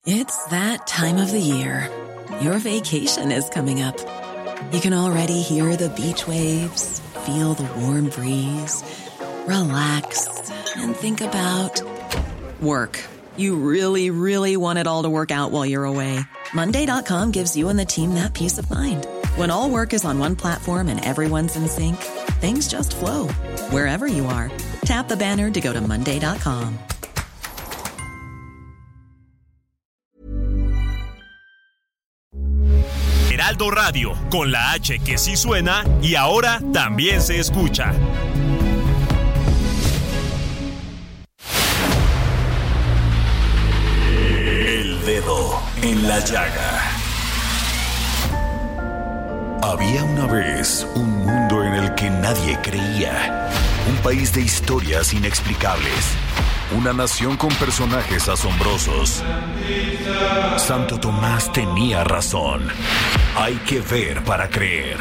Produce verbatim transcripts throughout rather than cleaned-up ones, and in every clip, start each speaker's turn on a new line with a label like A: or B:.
A: It's that time of the year. Your vacation is coming up. You can already hear the beach waves, feel the warm breeze, relax, and think about work. You really, really want it all to work out while you're away. Monday dot com gives you and the team that peace of mind. When all work is on one platform and everyone's in sync, things just flow. Wherever you are, tap the banner to go to Monday dot com.
B: Heraldo Radio, con la H que sí suena y ahora también se escucha. El dedo en la llaga. Había una vez un mundo en el que nadie creía. Un país de historias inexplicables. Una nación con personajes asombrosos. Santo Tomás tenía razón. Hay que ver para creer.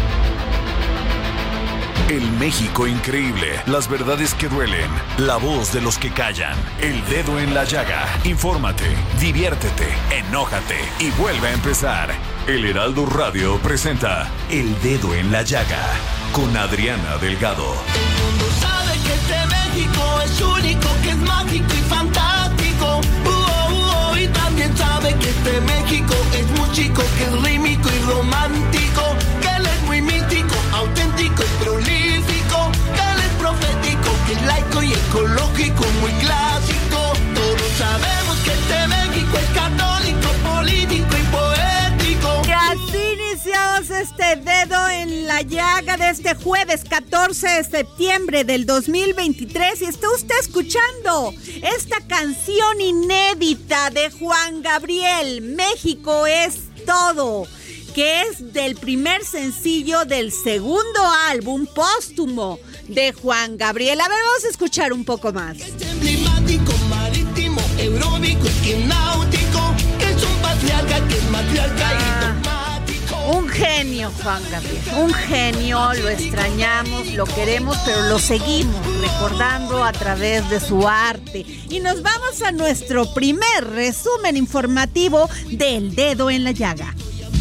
B: El México increíble, las verdades que duelen, la voz de los que callan, el dedo en la llaga. Infórmate, diviértete, enójate y vuelve a empezar. El Heraldo Radio presenta El Dedo en la Llaga con Adriana Delgado.
C: El mundo sabe que este México es único, que es mágico y fantástico. Uh, uh, uh, y también sabe que este México es muy chico, que es rímico y romántico, que él es muy mítico, auténtico y prolífico, que él es profético, que es laico y ecológico, muy clásico. Todos sabemos que este México es católico, político y poético.
D: Y así iniciamos este dedo en la llaga de este jueves catorce de septiembre del dos mil veintitrés y está usted escuchando esta canción inédita de Juan Gabriel, México es todo, que es del primer sencillo del segundo álbum póstumo de Juan Gabriel. A ver, vamos a escuchar un poco más.
C: Es emblemático, marítimo, euróbico y náutico, que es un patriarca, que es matriarca y dogmático.
D: Un genio, Juan Gabriel, un genio, lo extrañamos, lo queremos, pero lo seguimos recordando a través de su arte. Y nos vamos a nuestro primer resumen informativo del Dedo en la Llaga.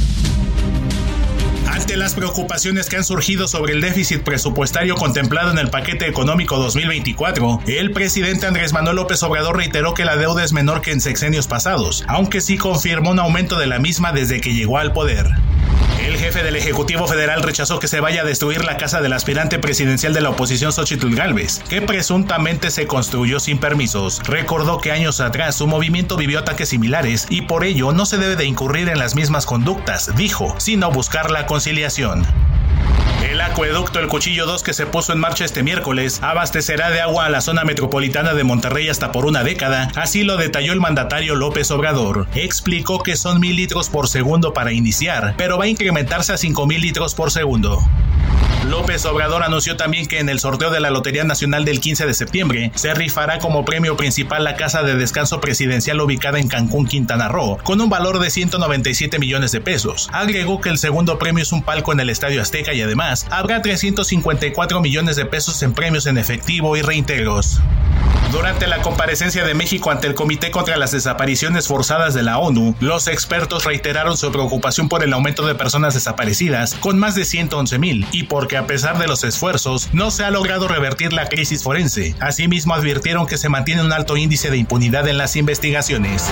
E: Ante las preocupaciones que han surgido sobre el déficit presupuestario contemplado en el paquete económico dos mil veinticuatro, el presidente Andrés Manuel López Obrador reiteró que la deuda es menor que en sexenios pasados, aunque sí confirmó un aumento de la misma desde que llegó al poder. El jefe del Ejecutivo Federal rechazó que se vaya a destruir la casa del aspirante presidencial de la oposición Xóchitl Gálvez, que presuntamente se construyó sin permisos. Recordó que años atrás su movimiento vivió ataques similares y por ello no se debe de incurrir en las mismas conductas, dijo, sino buscar la conciliación. El acueducto El Cuchillo dos, que se puso en marcha este miércoles, abastecerá de agua a la zona metropolitana de Monterrey hasta por una década, así lo detalló el mandatario López Obrador. Explicó que son mil litros por segundo para iniciar, pero va a incrementarse a cinco mil litros por segundo. López Obrador anunció también que en el sorteo de la Lotería Nacional del quince de septiembre se rifará como premio principal la casa de descanso presidencial ubicada en Cancún, Quintana Roo, con un valor de ciento noventa y siete millones de pesos. Agregó que el segundo premio es un palco en el Estadio Azteca y además habrá trescientos cincuenta y cuatro millones de pesos en premios en efectivo y reintegros. Durante la comparecencia de México ante el Comité contra las Desapariciones Forzadas de la ONU, los expertos reiteraron su preocupación por el aumento de personas desaparecidas, con más de ciento once mil, y porque a pesar de los esfuerzos, no se ha logrado revertir la crisis forense. Asimismo, advirtieron que se mantiene un alto índice de impunidad en las investigaciones.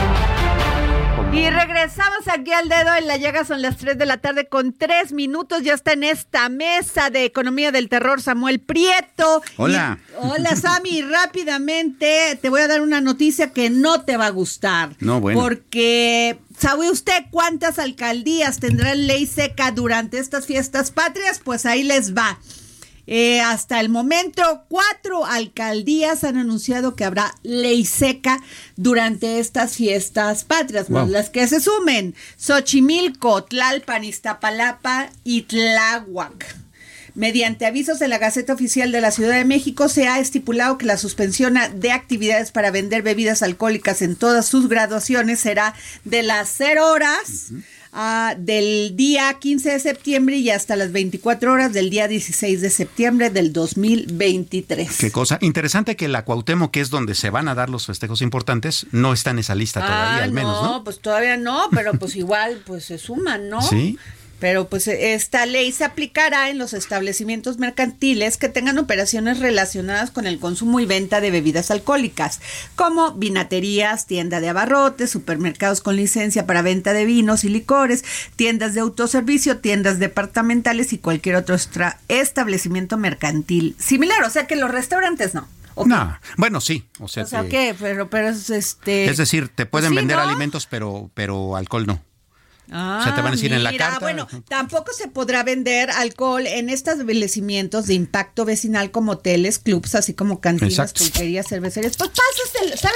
D: Y regresamos aquí al Dedo en la Llaga, son las tres de la tarde con tres minutos, ya está en esta mesa de Economía del Terror Samuel Prieto.
F: Hola.
D: Y, hola Sammy, rápidamente te voy a dar una noticia que no te va a gustar.
F: No, bueno.
D: Porque, ¿sabe usted cuántas alcaldías tendrán ley seca durante estas fiestas patrias? Pues ahí les va. Eh, hasta el momento, cuatro alcaldías han anunciado que habrá ley seca durante estas fiestas patrias, wow. Más las que se sumen: Xochimilco, Tlalpan, Iztapalapa y Tláhuac. Mediante avisos en la Gaceta Oficial de la Ciudad de México, se ha estipulado que la suspensión de actividades para vender bebidas alcohólicas en todas sus graduaciones será de las cero horas uh-huh. uh, del día quince de septiembre y hasta las veinticuatro horas del día dieciséis de septiembre del dos mil veintitrés.
F: Qué cosa interesante que la Cuauhtémoc, que es donde se van a dar los festejos importantes, no está en esa lista todavía,
D: ah,
F: al menos, ¿no?
D: No, pues todavía no, pero pues igual pues se suman, ¿no?
F: Sí.
D: Pero pues esta ley se aplicará en los establecimientos mercantiles que tengan operaciones relacionadas con el consumo y venta de bebidas alcohólicas, como vinaterías, tienda de abarrotes, supermercados con licencia para venta de vinos y licores, tiendas de autoservicio, tiendas departamentales y cualquier otro extra establecimiento mercantil similar. O sea que los restaurantes no.
F: Okay. No, bueno, sí. O sea,
D: o sea
F: te,
D: ¿qué? Pero, pero es este...
F: Es decir, te pueden
D: pues sí,
F: vender
D: ¿no?
F: alimentos, pero, pero alcohol no.
D: Ah,
F: o sea, te van a decir
D: mira,
F: en la carta.
D: Bueno, tampoco se podrá vender alcohol en estos establecimientos de impacto vecinal como hoteles, clubs, así como cantinas,
F: exacto,
D: pulquerías, cervecerías. Pues pásesela, ¿sabe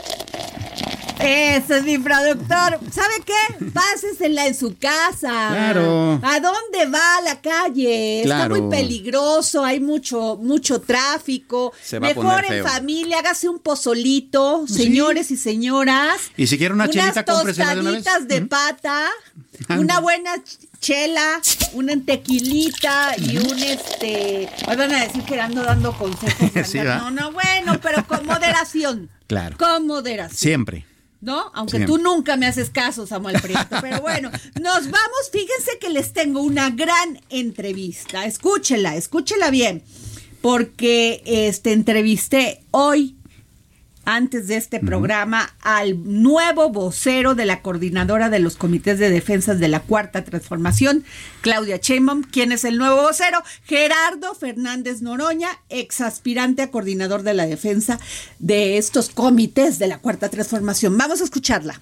D: qué? Eso es mi productor. ¿Sabe qué? Pásesela en su casa.
F: Claro.
D: ¿A dónde va la calle?
F: Claro.
D: Está muy peligroso, hay mucho, mucho tráfico.
F: Se va a
D: Mejor
F: poner
D: en
F: feo.
D: familia, hágase un pozolito,
F: Sí.
D: señores y señoras.
F: Y si quiere una
D: unas
F: chelita, cómpresela de una vez.
D: tostaditas de
F: ¿Mm?
D: pata. Una buena chela, una tequilita y un este... Hoy van a decir que ando dando consejos.
F: Sí,
D: no, no, bueno, pero con moderación.
F: Claro.
D: Con moderación.
F: Siempre.
D: ¿No? Aunque
F: Siempre.
D: tú nunca me haces caso, Samuel Prieto. Pero bueno, nos vamos. Fíjense que les tengo una gran entrevista. Escúchela, escúchela bien. Porque este entrevisté hoy, antes de este programa, al nuevo vocero de la coordinadora de los comités de defensa de la Cuarta Transformación, Claudia Sheinbaum. ¿Quién es el nuevo vocero? Gerardo Fernández Noroña, ex aspirante a coordinador de la defensa de estos comités de la Cuarta Transformación. Vamos a escucharla.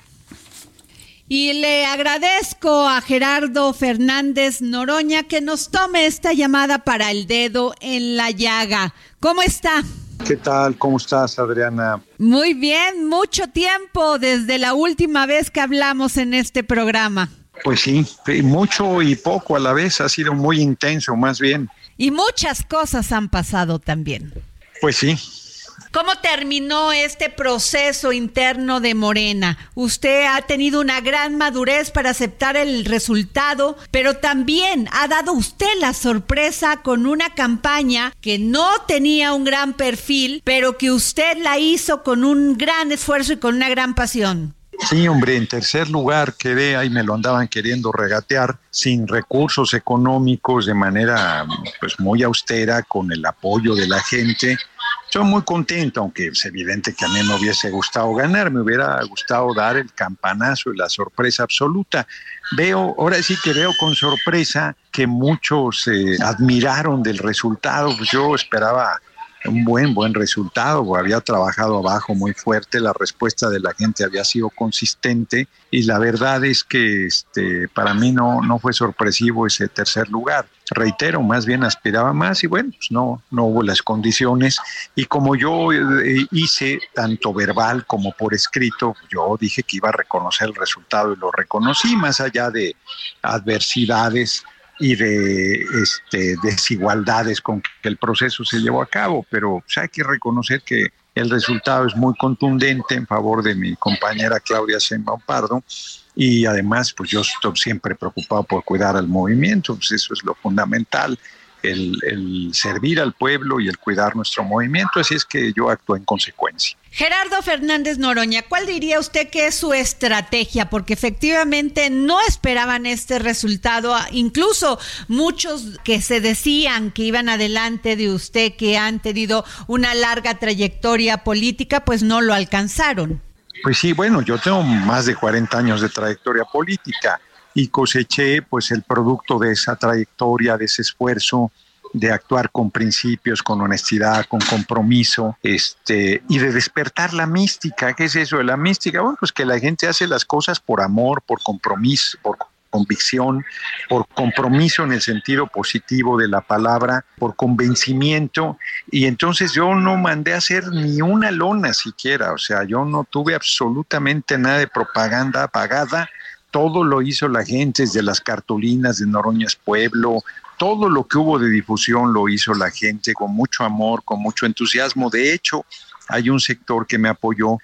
D: Y le agradezco a Gerardo Fernández Noroña que nos tome esta llamada para El Dedo en la Llaga. ¿Cómo está?
G: ¿Qué tal? ¿Cómo estás, Adriana?
D: Muy bien, mucho tiempo desde la última vez que hablamos en este programa.
G: Pues sí, mucho y poco a la vez, ha sido muy intenso, más bien.
D: Y muchas cosas han pasado también.
G: Pues sí.
D: ¿Cómo terminó este proceso interno de Morena? Usted ha tenido una gran madurez para aceptar el resultado, pero también ha dado usted la sorpresa con una campaña que no tenía un gran perfil, pero que usted la hizo con un gran esfuerzo y con una gran pasión.
G: Sí, hombre, en tercer lugar quedé, ahí me lo andaban queriendo regatear, sin recursos económicos, de manera pues muy austera, con el apoyo de la gente. Estoy muy contento, aunque es evidente que a mí me hubiese gustado ganar, me hubiera gustado dar el campanazo y la sorpresa absoluta. Veo, ahora sí que veo con sorpresa que muchos eh, admiraron del resultado. Pues yo esperaba un buen, buen resultado, había trabajado abajo muy fuerte, la respuesta de la gente había sido consistente y la verdad es que este, para mí no, no fue sorpresivo ese tercer lugar. Reitero, más bien aspiraba más y bueno, pues no, no hubo las condiciones y como yo eh, hice tanto verbal como por escrito, yo dije que iba a reconocer el resultado y lo reconocí más allá de adversidades y de este, desigualdades con que el proceso se llevó a cabo, pero pues, hay que reconocer que el resultado es muy contundente en favor de mi compañera Claudia Sheinbaum Pardo y además pues yo estoy siempre preocupado por cuidar al movimiento, pues eso es lo fundamental, el, el servir al pueblo y el cuidar nuestro movimiento, así es que yo actúo en consecuencia.
D: Gerardo Fernández Noroña, ¿cuál diría usted que es su estrategia? Porque efectivamente no esperaban este resultado, incluso muchos que se decían que iban adelante de usted, que han tenido una larga trayectoria política, pues no lo alcanzaron.
G: Pues sí, bueno, yo tengo más de cuarenta años de trayectoria política y coseché pues el producto de esa trayectoria, de ese esfuerzo, de actuar con principios, con honestidad, con compromiso, este, y de despertar la mística. ¿Qué es eso de la mística? Bueno, pues que la gente hace las cosas por amor, por compromiso, por convicción, por compromiso en el sentido positivo de la palabra, por convencimiento, y entonces yo no mandé a hacer ni una lona siquiera, o sea, yo no tuve absolutamente nada de propaganda pagada, todo lo hizo la gente, desde las cartulinas de Noroña es Pueblo, todo lo que hubo de difusión lo hizo la gente con mucho amor, con mucho entusiasmo. De hecho, hay un sector que me apoyó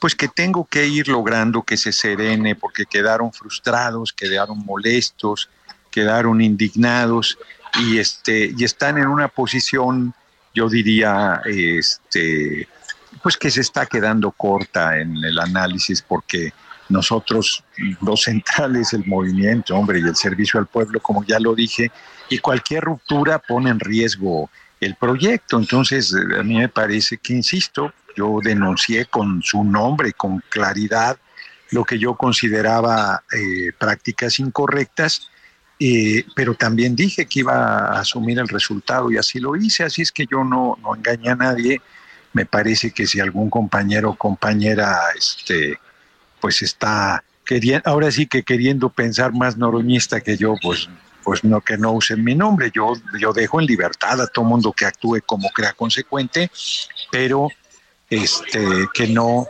G: pues que tengo que ir logrando que se serene, porque quedaron frustrados, quedaron molestos, quedaron indignados y este y están en una posición, yo diría, este pues que se está quedando corta en el análisis, porque nosotros, los centrales, el movimiento, hombre, y el servicio al pueblo, como ya lo dije, y cualquier ruptura pone en riesgo el proyecto. Entonces, a mí me parece que, insisto, yo denuncié con su nombre, con claridad, lo que yo consideraba eh, prácticas incorrectas, eh, pero también dije que iba a asumir el resultado y así lo hice. Así es que yo no, no engañé a nadie. Me parece que si algún compañero o compañera este, pues está queriendo, ahora sí que queriendo pensar más noroñista que yo, pues, pues no, que no usen mi nombre. Yo, yo dejo en libertad a todo mundo que actúe como crea consecuente, pero este, que no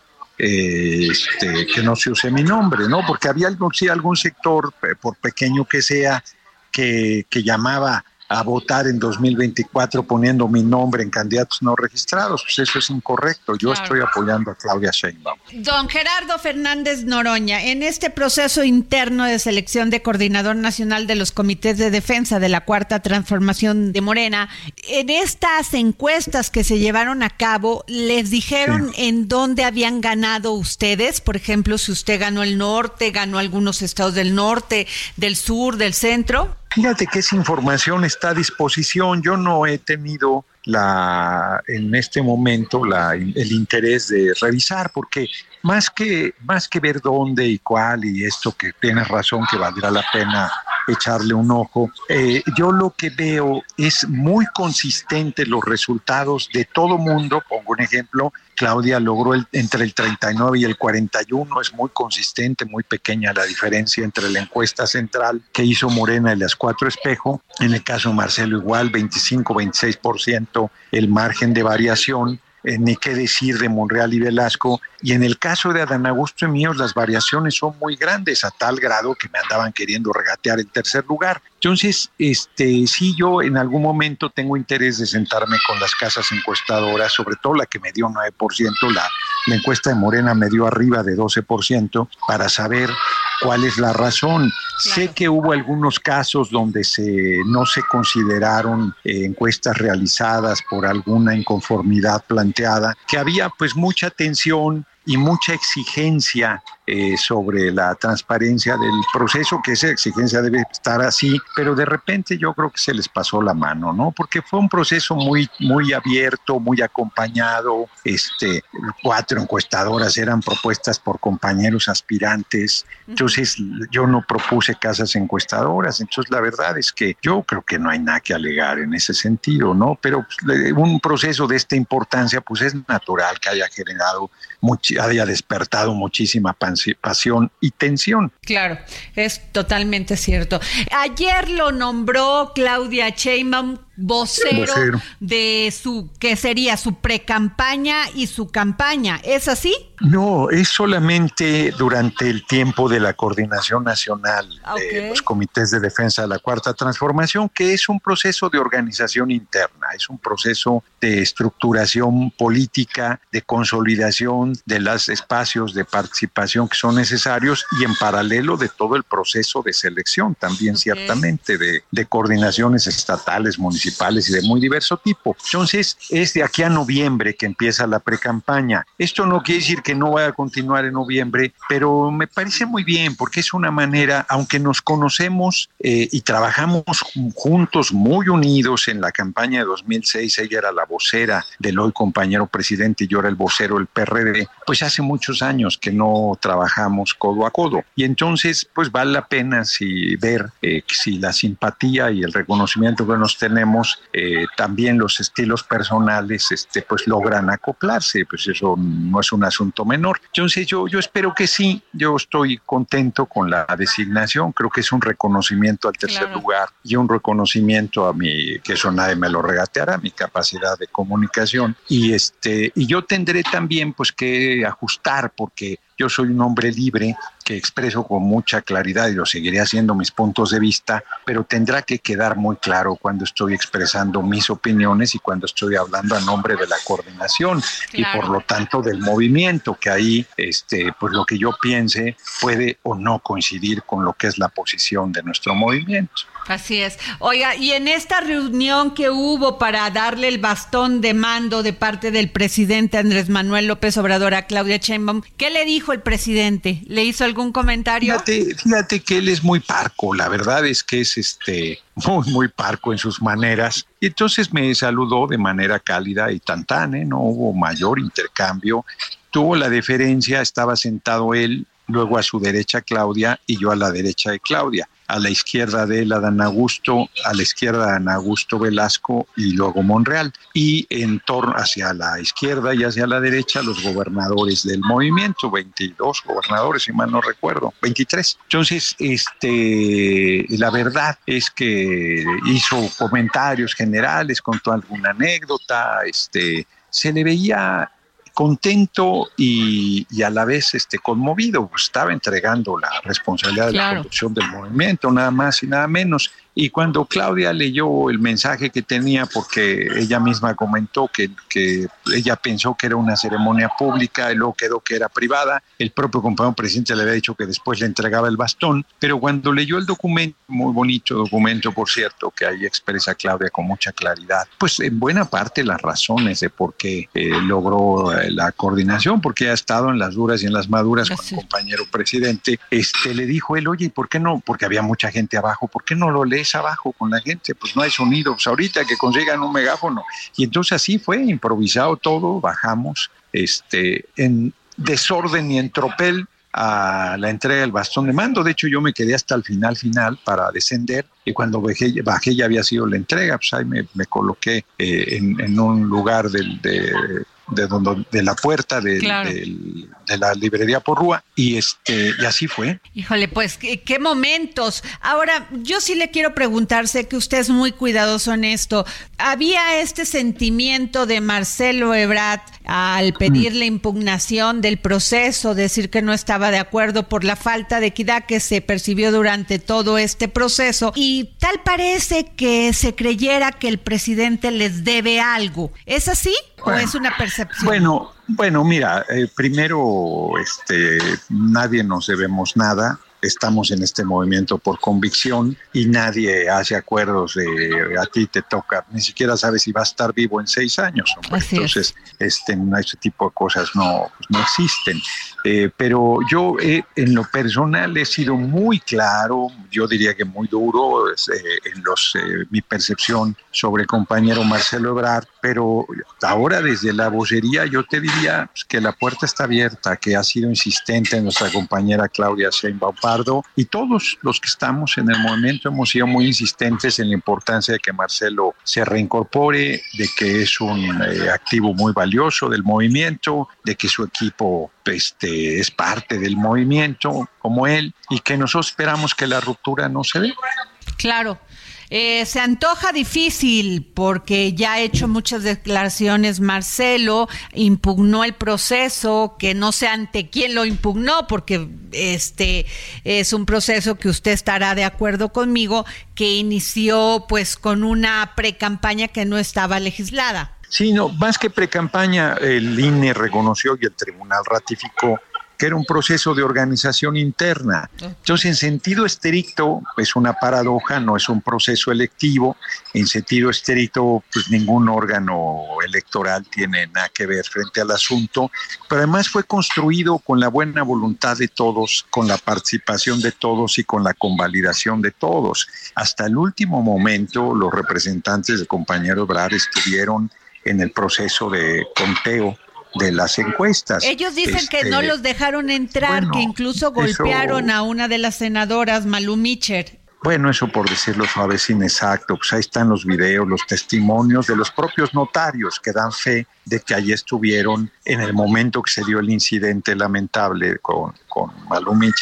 G: eh, este, que no se use mi nombre, ¿no? Porque había algún, sí, algún sector, por pequeño que sea, que, que llamaba a votar en dos mil veinticuatro poniendo mi nombre en candidatos no registrados. Pues eso es incorrecto. Yo claro. estoy apoyando a Claudia Sheinbaum.
D: Don Gerardo Fernández Noroña, en este proceso interno de selección de coordinador nacional de los comités de defensa de la Cuarta Transformación de Morena, en estas encuestas que se llevaron a cabo, ¿les dijeron sí. en dónde habían ganado ustedes? Por ejemplo, si usted ganó el norte, ganó algunos estados del norte, del sur, del centro.
G: Fíjate que esa información está a disposición. Yo no he tenido la en este momento la, el interés de revisar, porque más que, más que ver dónde y cuál y esto, que tienes razón que valdrá la pena echarle un ojo, eh, yo lo que veo es muy consistente los resultados de todo mundo. Pongo un ejemplo, Claudia logró el, entre el treinta y nueve y el cuarenta y uno, es muy consistente, muy pequeña la diferencia entre la encuesta central que hizo Morena y las cuatro espejo. En el caso de Marcelo igual, veinticinco, veintiséis por ciento el margen de variación. Eh, ni qué decir de Monreal y Velasco, y en el caso de Adán Augusto y míos las variaciones son muy grandes, a tal grado que me andaban queriendo regatear el tercer lugar. Entonces, este, sí, yo en algún momento tengo interés de sentarme con las casas encuestadoras, sobre todo la que me dio nueve por ciento, la, la encuesta de Morena me dio arriba de doce por ciento, para saber cuál es la razón. Claro. Sé que hubo algunos casos donde se, no se consideraron eh, encuestas realizadas por alguna inconformidad planteada, que había pues mucha tensión y mucha exigencia eh, sobre la transparencia del proceso, que esa exigencia debe estar así, pero de repente yo creo que se les pasó la mano, ¿no? Porque fue un proceso muy, muy abierto, muy acompañado. Este, cuatro encuestadoras eran propuestas por compañeros aspirantes, entonces yo no propuse casas encuestadoras, entonces la verdad es que yo creo que no hay nada que alegar en ese sentido, ¿no? Pero pues, un proceso de esta importancia, pues es natural que haya generado mucho, haya despertado muchísima pasión y tensión.
D: Claro, es totalmente cierto. Ayer lo nombró Claudia Sheinbaum vocero, vocero de su, ¿qué sería? Su precampaña y su campaña, ¿es así?
G: No, es solamente durante el tiempo de la coordinación nacional okay. de los comités de defensa de la Cuarta Transformación, que es un proceso de organización interna, es un proceso de estructuración política, de consolidación de los espacios de participación que son necesarios y en paralelo de todo el proceso de selección también okay. ciertamente de, de coordinaciones estatales, municipales y de muy diverso tipo. Entonces, es de aquí a noviembre que empieza la precampaña. Esto no quiere decir que no vaya a continuar en noviembre, pero me parece muy bien porque es una manera, aunque nos conocemos eh, y trabajamos juntos, muy unidos en la campaña de dos mil seis, ella era la vocera del hoy compañero presidente y yo era el vocero del P R D, pues hace muchos años que no trabajamos codo a codo. Y entonces, pues vale la pena si ver eh, si la simpatía y el reconocimiento que nos tenemos Eh, también los estilos personales este, pues logran acoplarse, pues eso no es un asunto menor. Entonces yo, yo espero que sí, yo estoy contento con la designación, creo que es un reconocimiento al tercer claro. lugar y un reconocimiento a mi, que eso nadie me lo regateará, mi capacidad de comunicación y, este, y yo tendré también pues que ajustar porque yo soy un hombre libre que expreso con mucha claridad y lo seguiré haciendo mis puntos de vista, pero tendrá que quedar muy claro cuando estoy expresando mis opiniones y cuando estoy hablando a nombre de la coordinación claro. y por lo tanto del movimiento, que ahí este, pues lo que yo piense puede o no coincidir con lo que es la posición de nuestro movimiento.
D: Así es. Oiga, y en esta reunión que hubo para darle el bastón de mando de parte del presidente Andrés Manuel López Obrador a Claudia Sheinbaum, ¿qué le dijo el presidente? ¿Le hizo algún comentario?
G: Fíjate, fíjate que él es muy parco, la verdad es que es este muy, muy parco en sus maneras. Y entonces me saludó de manera cálida y tantán, ¿eh? No hubo mayor intercambio. Tuvo la deferencia, estaba sentado él, luego a su derecha Claudia y yo a la derecha de Claudia. A la izquierda de él Adán Augusto, a la izquierda Adán Augusto Velasco y luego Monreal. Y en torno hacia la izquierda y hacia la derecha los gobernadores del movimiento, veintidós gobernadores, si mal no recuerdo, veintitrés. Entonces, este, la verdad es que hizo comentarios generales, contó alguna anécdota, este, se le veía contento y, y a la vez este, conmovido, pues estaba entregando la responsabilidad claro. de la conducción del movimiento, nada más y nada menos. Y cuando Claudia leyó el mensaje que tenía, porque ella misma comentó que, que ella pensó que era una ceremonia pública y luego quedó que era privada, el propio compañero presidente le había dicho que después le entregaba el bastón, pero cuando leyó el documento, muy bonito documento, por cierto, que ahí expresa Claudia con mucha claridad, pues en buena parte las razones de por qué eh, logró eh, la coordinación, porque ha estado en las duras y en las maduras con el compañero presidente, este, le dijo él, oye, ¿y por qué no? Porque había mucha gente abajo, ¿por qué no lo lees abajo con la gente? Pues no hay sonido, pues ahorita que consigan un megáfono. Y entonces así fue, improvisado todo, bajamos este, en desorden y en tropel a la entrega del bastón de mando. De hecho, yo me quedé hasta el final, final para descender, y cuando bajé, bajé ya había sido la entrega, pues ahí me, me coloqué eh, en, en un lugar del, de... De, donde, de la puerta de, claro. de, de la librería Porrúa y este y así fue.
D: Híjole, pues qué, qué momentos. Ahora, yo sí le quiero preguntar, sé que usted es muy cuidadoso en esto. ¿Había este sentimiento de Marcelo Ebrard al pedir mm. la impugnación del proceso, decir que no estaba de acuerdo por la falta de equidad que se percibió durante todo este proceso? Y tal parece que se creyera que el presidente les debe algo. ¿Es así? Bueno, ¿o es una percepción?
G: Bueno, bueno, mira, eh, primero, este, nadie nos debemos nada. Estamos en este movimiento por convicción y nadie hace acuerdos de a ti te toca, ni siquiera sabes si va a estar vivo en seis años. Entonces, este, ese tipo de cosas no, pues no existen. Eh, pero yo eh, en lo personal he sido muy claro, yo diría que muy duro eh, en los eh, mi percepción sobre el compañero Marcelo Ebrard, pero ahora desde la vocería yo te diría pues, que la puerta está abierta, que ha sido insistente nuestra compañera Claudia Sheinbaum y todos los que estamos en el movimiento hemos sido muy insistentes en la importancia de que Marcelo se reincorpore, de que es un eh, activo muy valioso del movimiento, de que su equipo este, es parte del movimiento como él y que nosotros esperamos que la ruptura no se dé.
D: Claro. Eh, se antoja difícil porque ya ha hecho muchas declaraciones Marcelo, impugnó el proceso, que no sé ante quién lo impugnó, porque este es un proceso que usted estará de acuerdo conmigo, que inició pues con una precampaña que no estaba legislada.
G: Sí, no, más que precampaña, el I N E reconoció y el tribunal ratificó que era un proceso de organización interna. Entonces, en sentido estricto, es una paradoja, no es un proceso electivo. En sentido estricto, pues ningún órgano electoral tiene nada que ver frente al asunto, pero además fue construido con la buena voluntad de todos, con la participación de todos y con la convalidación de todos. Hasta el último momento, los representantes del compañero Ebrard estuvieron en el proceso de conteo de las encuestas.
D: Ellos dicen este, que no los dejaron entrar, bueno, que incluso golpearon eso, a una de las senadoras, Malú Micher.
G: Bueno, eso por decirlo suave es inexacto, pues ahí están los videos, los testimonios de los propios notarios que dan fe de que allí estuvieron en el momento que se dio el incidente lamentable con, con Malú Micher,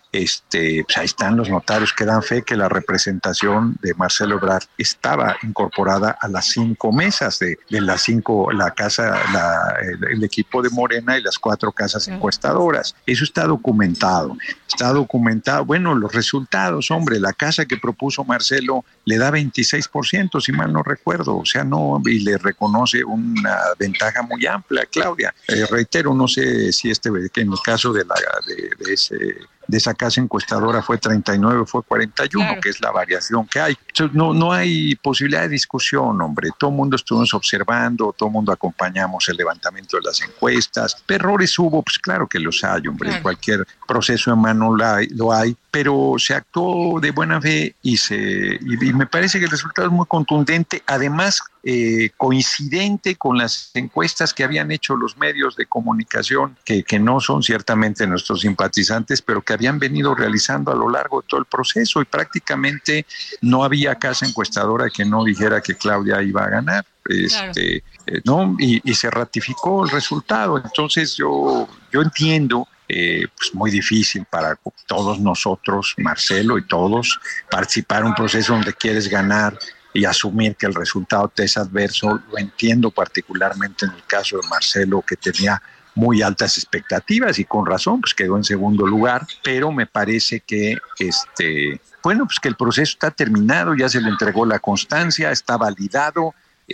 G: este, pues ahí están los notarios que dan fe que la representación de Marcelo Ebrard estaba incorporada a las cinco mesas de, de las cinco, la casa, la, el, el equipo de Morena y las cuatro casas encuestadoras. Eso está documentado, está documentado. Bueno, los resultados, hombre, la casa que propuso Marcelo le da veintiséis por ciento, si mal no recuerdo, o sea, no, y le reconoce una ventaja muy amplia a Claudia. Eh, reitero, no sé si este, que en el caso de, la, de, de, ese, de esa casa encuestadora fue treinta y nueve, fue cuarenta y uno, claro, que es la variación que hay. Entonces, no, no hay posibilidad de discusión, hombre. Todo el mundo estuvimos observando, todo el mundo acompañamos el levantamiento de las encuestas. Errores hubo, pues claro que los hay, hombre. Claro. En cualquier proceso en mano lo hay, pero se actuó de buena fe y, se, y, y me parece que el resultado es muy contundente. Además, eh, coincidente con las encuestas que habían hecho los medios de comunicación, que, que no son ciertamente nuestros simpatizantes, pero que habían venido realizando a lo largo de todo el proceso, y prácticamente no había casa encuestadora que no dijera que Claudia iba a ganar. Este, claro. eh, ¿no? y, y se ratificó el resultado. Entonces yo, yo entiendo, eh, pues muy difícil para todos nosotros, Marcelo y todos, participar en un proceso donde quieres ganar y asumir que el resultado te es adverso. Lo entiendo particularmente en el caso de Marcelo, que tenía muy altas expectativas y con razón, pues quedó en segundo lugar, pero me parece que este, bueno, pues que el proceso está terminado, ya se le entregó la constancia, está validado.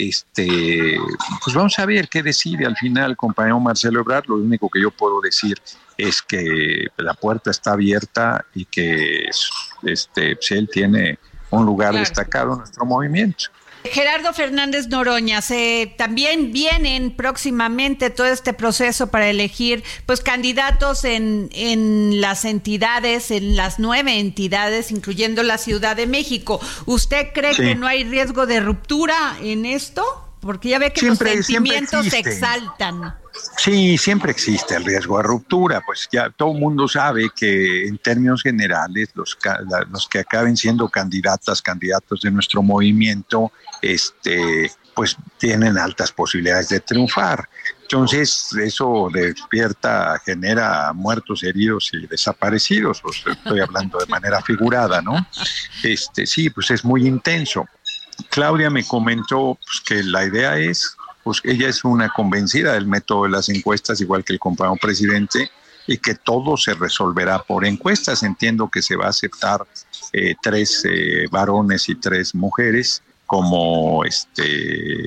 G: Este, pues vamos a ver qué decide al final el compañero Marcelo Ebrard. Lo único que yo puedo decir es que la puerta está abierta y que este, pues él tiene un lugar claro. destacado en nuestro movimiento.
D: Gerardo Fernández Noroña, se, también vienen próximamente todo este proceso para elegir pues candidatos en, en las entidades, en las nueve entidades, incluyendo la Ciudad de México. ¿Usted cree sí. que no hay riesgo de ruptura en esto? Porque ya ve que siempre, los sentimientos se exaltan.
G: Sí, siempre existe el riesgo de ruptura, pues ya todo el mundo sabe que en términos generales los, los que acaben siendo candidatas, candidatos de nuestro movimiento, este, pues tienen altas posibilidades de triunfar. Entonces eso despierta, genera muertos, heridos y desaparecidos, pues estoy hablando de manera figurada, ¿no? Este, sí, pues es muy intenso. Claudia me comentó pues, que la idea es, pues ella es una convencida del método de las encuestas, igual que el compañero presidente, y que todo se resolverá por encuestas. Entiendo que se va a aceptar eh, tres eh, varones y tres mujeres como este,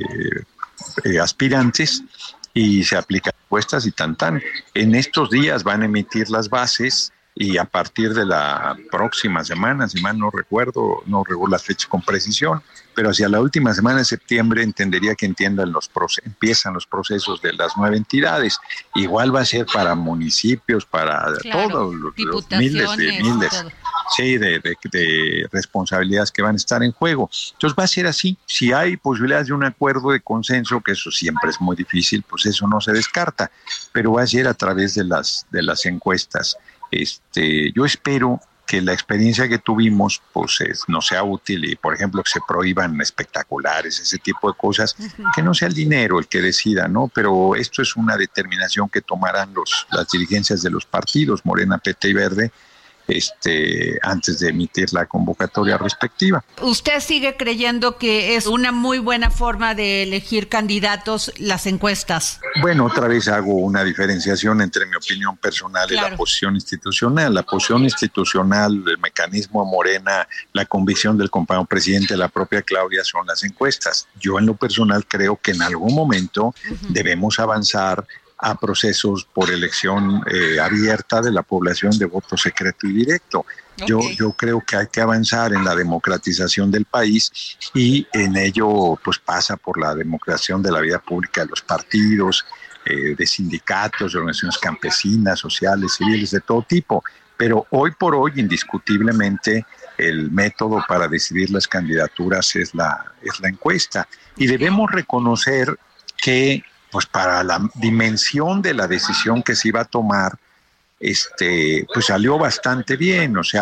G: eh, aspirantes, y se aplican encuestas y tan tan. En estos días van a emitir las bases, y a partir de la próxima semana, si mal no recuerdo, no recuerdo la fecha con precisión, pero hacia la última semana de septiembre entendería que entiendan los proce- empiezan los procesos de las nueve entidades. Igual va a ser para municipios, para claro, todos los, los miles de miles sí, de, de, de responsabilidades que van a estar en juego. Entonces va a ser así. Si hay posibilidades de un acuerdo de consenso, que eso siempre es muy difícil, pues eso no se descarta, pero va a ser a través de las, de las encuestas. Este, yo espero que la experiencia que tuvimos pues es, no sea útil, y por ejemplo que se prohíban espectaculares, ese tipo de cosas, uh-huh. que no sea el dinero el que decida, ¿no? Pero esto es una determinación que tomarán los, las dirigencias de los partidos, Morena, P T y Verde, este, antes de emitir la convocatoria respectiva.
D: ¿Usted sigue creyendo que es una muy buena forma de elegir candidatos las encuestas?
G: Bueno, otra vez hago una diferenciación entre mi opinión personal claro. y la posición institucional. La posición institucional, el mecanismo Morena, la convicción del compañero presidente, la propia Claudia, son las encuestas. Yo en lo personal creo que en algún momento uh-huh. debemos avanzar a procesos por elección eh, abierta de la población, de voto secreto y directo. Okay. Yo, yo creo que hay que avanzar en la democratización del país, y en ello pues pasa por la democratización de la vida pública de los partidos, eh, de sindicatos, de organizaciones campesinas, sociales, civiles, de todo tipo. Pero hoy por hoy, indiscutiblemente, el método para decidir las candidaturas es la, es la encuesta. Y debemos reconocer que pues para la dimensión de la decisión que se iba a tomar, este, pues salió bastante bien. O sea,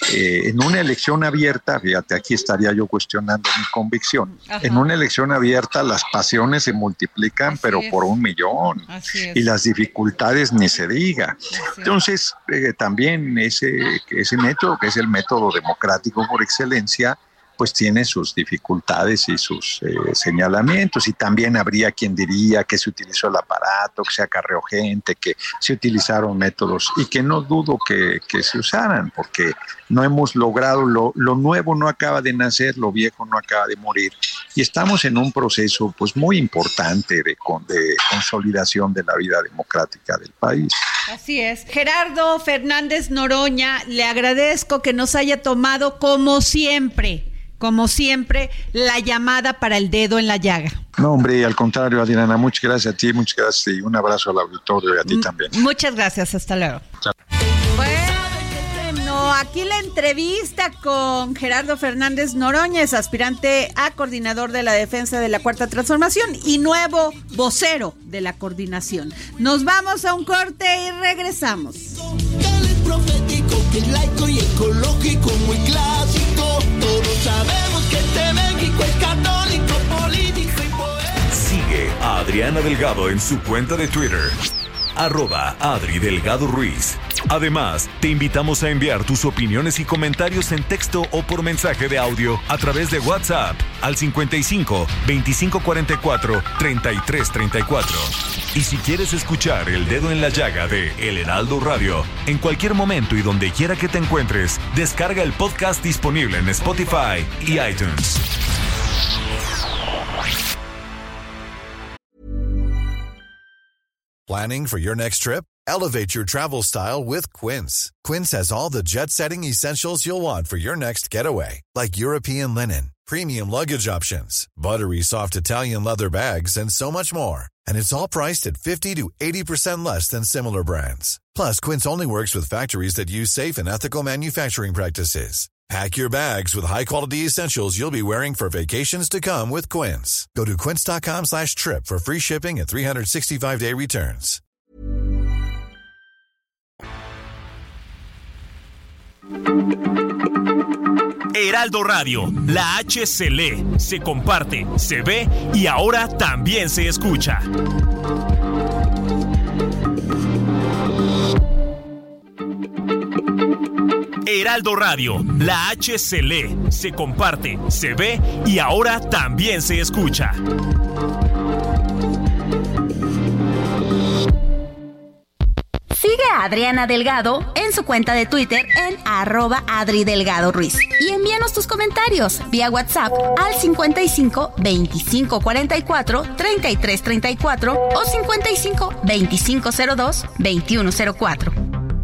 G: eh, en una elección abierta, fíjate, aquí estaría yo cuestionando mi convicción, Ajá. en una elección abierta las pasiones se multiplican, Así pero es. por un millón, y las dificultades ni se diga. Así Entonces, eh, también ese, ese método, que es el método democrático por excelencia, pues tiene sus dificultades y sus eh, señalamientos, y también habría quien diría que se utilizó el aparato, que se acarreó gente, que se utilizaron métodos, y que no dudo que, que se usaran, porque no hemos logrado, lo, lo nuevo no acaba de nacer, lo viejo no acaba de morir, y estamos en un proceso pues muy importante de, de consolidación de la vida democrática del país.
D: Así es. Gerardo Fernández Noroña, le agradezco que nos haya tomado como siempre, como siempre, la llamada para el dedo en la llaga.
G: No, hombre, al contrario, Adriana, muchas gracias a ti, muchas gracias y un abrazo al auditorio y a ti M- también.
D: Muchas gracias, hasta luego. Chao. Bueno, aquí la entrevista con Gerardo Fernández Noroña, es aspirante a coordinador de la defensa de la Cuarta Transformación y nuevo vocero de la coordinación. Nos vamos a un corte y regresamos.
C: Profético, que es laico y ecológico, muy clásico. Todos sabemos que este México es católico, político y poético.
B: Sigue a Adriana Delgado en su cuenta de Twitter, arroba Adri Delgado Ruiz. Además, te invitamos a enviar tus opiniones y comentarios en texto o por mensaje de audio a través de WhatsApp al cincuenta y cinco, veinticinco cuarenta y cuatro, treinta y tres treinta y cuatro. Y si quieres escuchar El Dedo en la Llaga de El Heraldo Radio, en cualquier momento y donde quiera que te encuentres, descarga el podcast disponible en Spotify y iTunes.
H: Planning for your next trip? Elevate your travel style with Quince. Quince has all the jet-setting essentials you'll want for your next getaway, like European linen, premium luggage options, buttery soft Italian leather bags, and so much more. And it's all priced at fifty to eighty percent less than similar brands. Plus, Quince only works with factories that use safe and ethical manufacturing practices. Pack your bags with high-quality essentials you'll be wearing for vacations to come with Quince. Go to quince.com slash trip for free shipping and three sixty-five day returns.
I: Heraldo Radio, la H se lee, se comparte, se ve y ahora también se escucha. Heraldo Radio, la H se lee, se comparte, se ve y ahora también se escucha.
J: Sigue a Adriana Delgado en su cuenta de Twitter en arroba Adri Delgado Ruiz. Y envíanos tus comentarios vía WhatsApp al cincuenta y cinco, veinticinco cuarenta y cuatro, treinta y tres treinta y cuatro o cincuenta y cinco, veinticinco cero dos, veintiuno cero cuatro.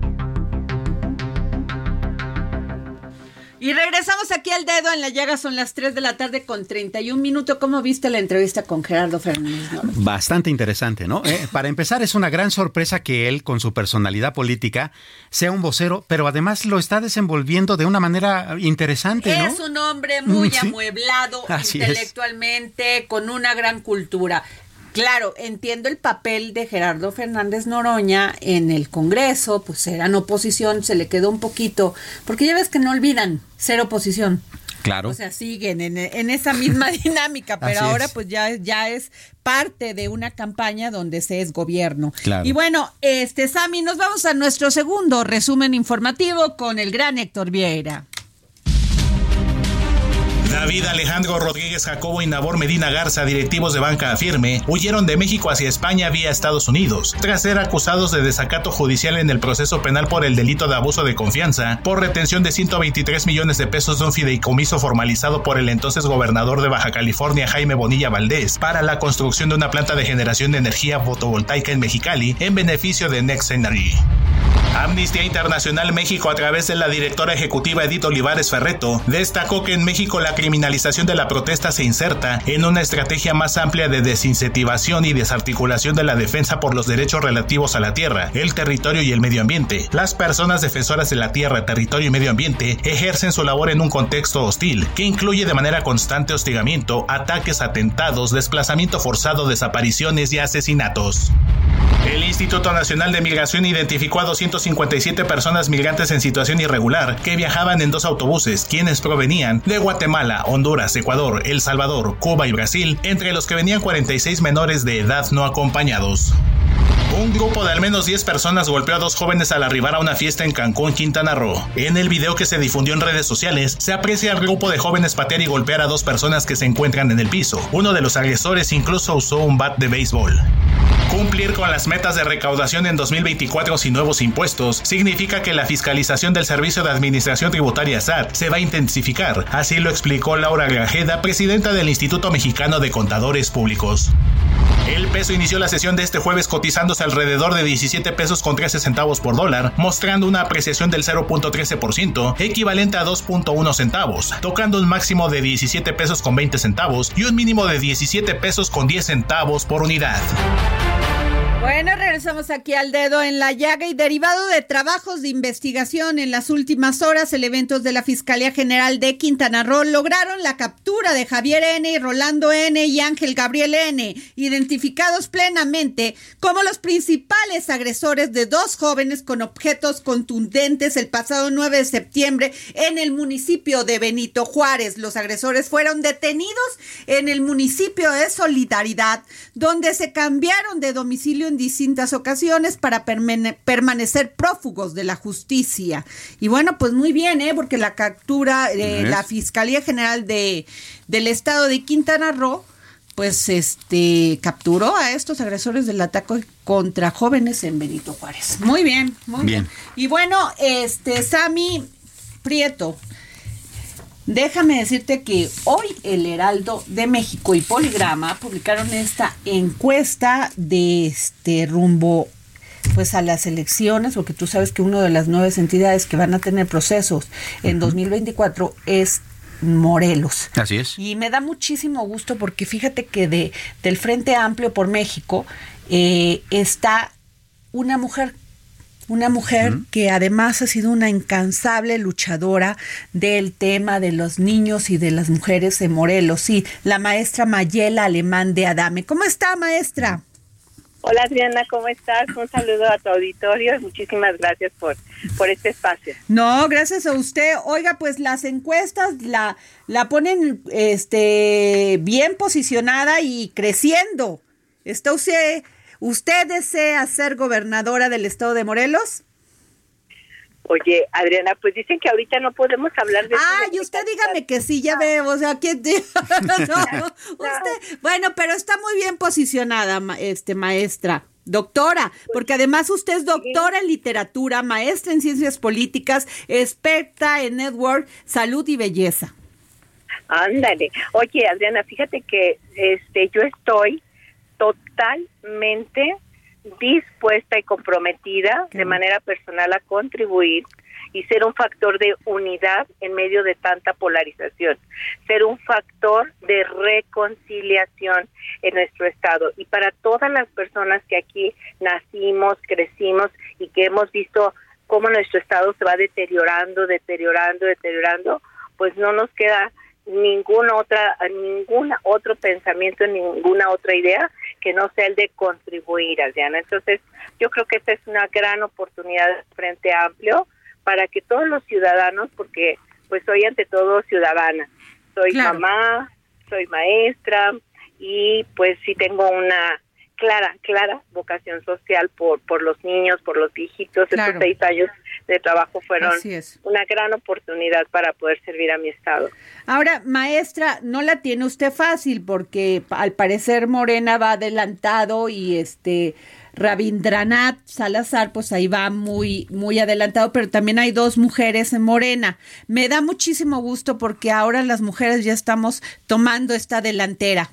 D: Y regresamos aquí al Dedo en la Llaga, son las tres de la tarde con treinta y un minutos. ¿Cómo viste la entrevista con Gerardo Fernández Noroña?
F: Bastante interesante, ¿no? Eh, para empezar, es una gran sorpresa que él, con su personalidad política, sea un vocero, pero además lo está desenvolviendo de una manera interesante, ¿no?
D: Es un hombre muy ¿Sí? amueblado
F: Así
D: intelectualmente, es. Con una gran cultura. Claro, entiendo el papel de Gerardo Fernández Noroña en el Congreso, pues eran oposición, se le quedó un poquito, porque ya ves que no olvidan ser oposición.
F: Claro.
D: O sea, siguen en, en esa misma dinámica, pero ahora es. pues ya, ya es parte de una campaña donde se es gobierno.
F: Claro.
D: Y bueno, este Sammy, nos vamos a nuestro segundo resumen informativo con el gran Héctor Vieira.
E: David Alejandro Rodríguez Jacobo y Nabor Medina Garza, directivos de Banca Afirme, huyeron de México hacia España vía Estados Unidos, tras ser acusados de desacato judicial en el proceso penal por el delito de abuso de confianza, por retención de ciento veintitrés millones de pesos de un fideicomiso formalizado por el entonces gobernador de Baja California, Jaime Bonilla Valdés, para la construcción de una planta de generación de energía fotovoltaica en Mexicali, en beneficio de Next Energy. Amnistía Internacional México, a través de la directora ejecutiva Edith Olivares Ferretto, destacó que en México la criminalización de la protesta se inserta en una estrategia más amplia de desincentivación y desarticulación de la defensa por los derechos relativos a la tierra, el territorio y el medio ambiente. Las personas defensoras de la tierra, territorio y medio ambiente ejercen su labor en un contexto hostil, que incluye de manera constante hostigamiento, ataques, atentados, desplazamiento forzado, desapariciones y asesinatos. El Instituto Nacional de Migración identificó a doscientas cincuenta y siete personas migrantes en situación irregular que viajaban en dos autobuses, quienes provenían de Guatemala, Honduras, Ecuador, El Salvador, Cuba y Brasil, entre los que venían cuarenta y seis menores de edad no acompañados. Un grupo de al menos diez personas golpeó a dos jóvenes al arribar a una fiesta en Cancún, Quintana Roo. En el video que se difundió en redes sociales, se aprecia al grupo de jóvenes patear y golpear a dos personas que se encuentran en el piso. Uno de los agresores incluso usó un bat de béisbol. Cumplir con las metas de recaudación en dos mil veinticuatro sin nuevos impuestos significa que la fiscalización del Servicio de Administración Tributaria S A T se va a intensificar. Así lo explicó Laura Grajeda, presidenta del Instituto Mexicano de Contadores Públicos. El peso inició la sesión de este jueves cotizándose alrededor de diecisiete pesos con trece centavos por dólar, mostrando una apreciación del cero punto trece por ciento, equivalente a dos punto uno centavos, tocando un máximo de diecisiete pesos con veinte centavos y un mínimo de diecisiete pesos con diez centavos por unidad.
D: Bueno, regresamos aquí al dedo en la llaga y derivado de trabajos de investigación en las últimas horas, elementos de la Fiscalía General de Quintana Roo lograron la captura de Javier N. y Rolando N. y Ángel Gabriel N., identificados plenamente como los principales agresores de dos jóvenes con objetos contundentes el pasado nueve de septiembre en el municipio de Benito Juárez. Los agresores fueron detenidos en el municipio de Solidaridad, donde se cambiaron de domicilio en distintas ocasiones para permane- permanecer prófugos de la justicia. Y bueno, pues muy bien, ¿eh? Porque la captura de eh, la Fiscalía General de del Estado de Quintana Roo, pues este capturó a estos agresores del ataque contra jóvenes en Benito Juárez. Muy bien, muy bien. bien. Y bueno, este Sammy Prieto, déjame decirte que hoy el Heraldo de México y Poligrama publicaron esta encuesta de este rumbo pues a las elecciones, porque tú sabes que una de las nueve entidades que van a tener procesos en uh-huh. dos mil veinticuatro es Morelos.
F: Así es.
D: Y me da muchísimo gusto porque fíjate que de del Frente Amplio por México eh, está una mujer Una mujer uh-huh. que además ha sido una incansable luchadora del tema de los niños y de las mujeres en Morelos. Sí, la maestra Mayela Alemán de Adame. ¿Cómo está, maestra?
K: Hola, Adriana, ¿cómo estás? Un saludo a tu auditorio y muchísimas gracias por, por este espacio.
D: No, gracias a usted. Oiga, pues las encuestas la, la ponen este, bien posicionada y creciendo. ¿Está usted... ¿Usted desea ser gobernadora del estado de Morelos?
K: Oye, Adriana, pues dicen que ahorita no podemos hablar de...
D: Ah, y usted dígame que sí, ya veo, o sea, ¿quién te... no, usted... Bueno, pero está muy bien posicionada, este maestra, doctora, porque además usted es doctora en literatura, maestra en ciencias políticas, experta en network, salud y belleza.
K: Ándale. Oye, Adriana, fíjate que este yo estoy totalmente dispuesta y comprometida de manera personal a contribuir y ser un factor de unidad en medio de tanta polarización, ser un factor de reconciliación en nuestro estado. Y para todas las personas que aquí nacimos, crecimos y que hemos visto cómo nuestro estado se va deteriorando, deteriorando, deteriorando, pues no nos queda ninguna otra, ningún otro pensamiento, ninguna otra idea que no sea el de contribuir, Adriana. Entonces, yo creo que esta es una gran oportunidad de Frente Amplio para que todos los ciudadanos, porque pues soy ante todo ciudadana, soy claro. mamá, soy maestra y pues sí tengo una clara, clara vocación social por por los niños, por los viejitos. Claro. Estos seis años de trabajo fueron una gran oportunidad para poder servir a mi estado.
D: Ahora, maestra, no la tiene usted fácil porque al parecer Morena va adelantado y este Rabindranath Salazar pues ahí va muy muy adelantado, pero también hay dos mujeres en Morena. Me da muchísimo gusto porque ahora las mujeres ya estamos tomando esta delantera.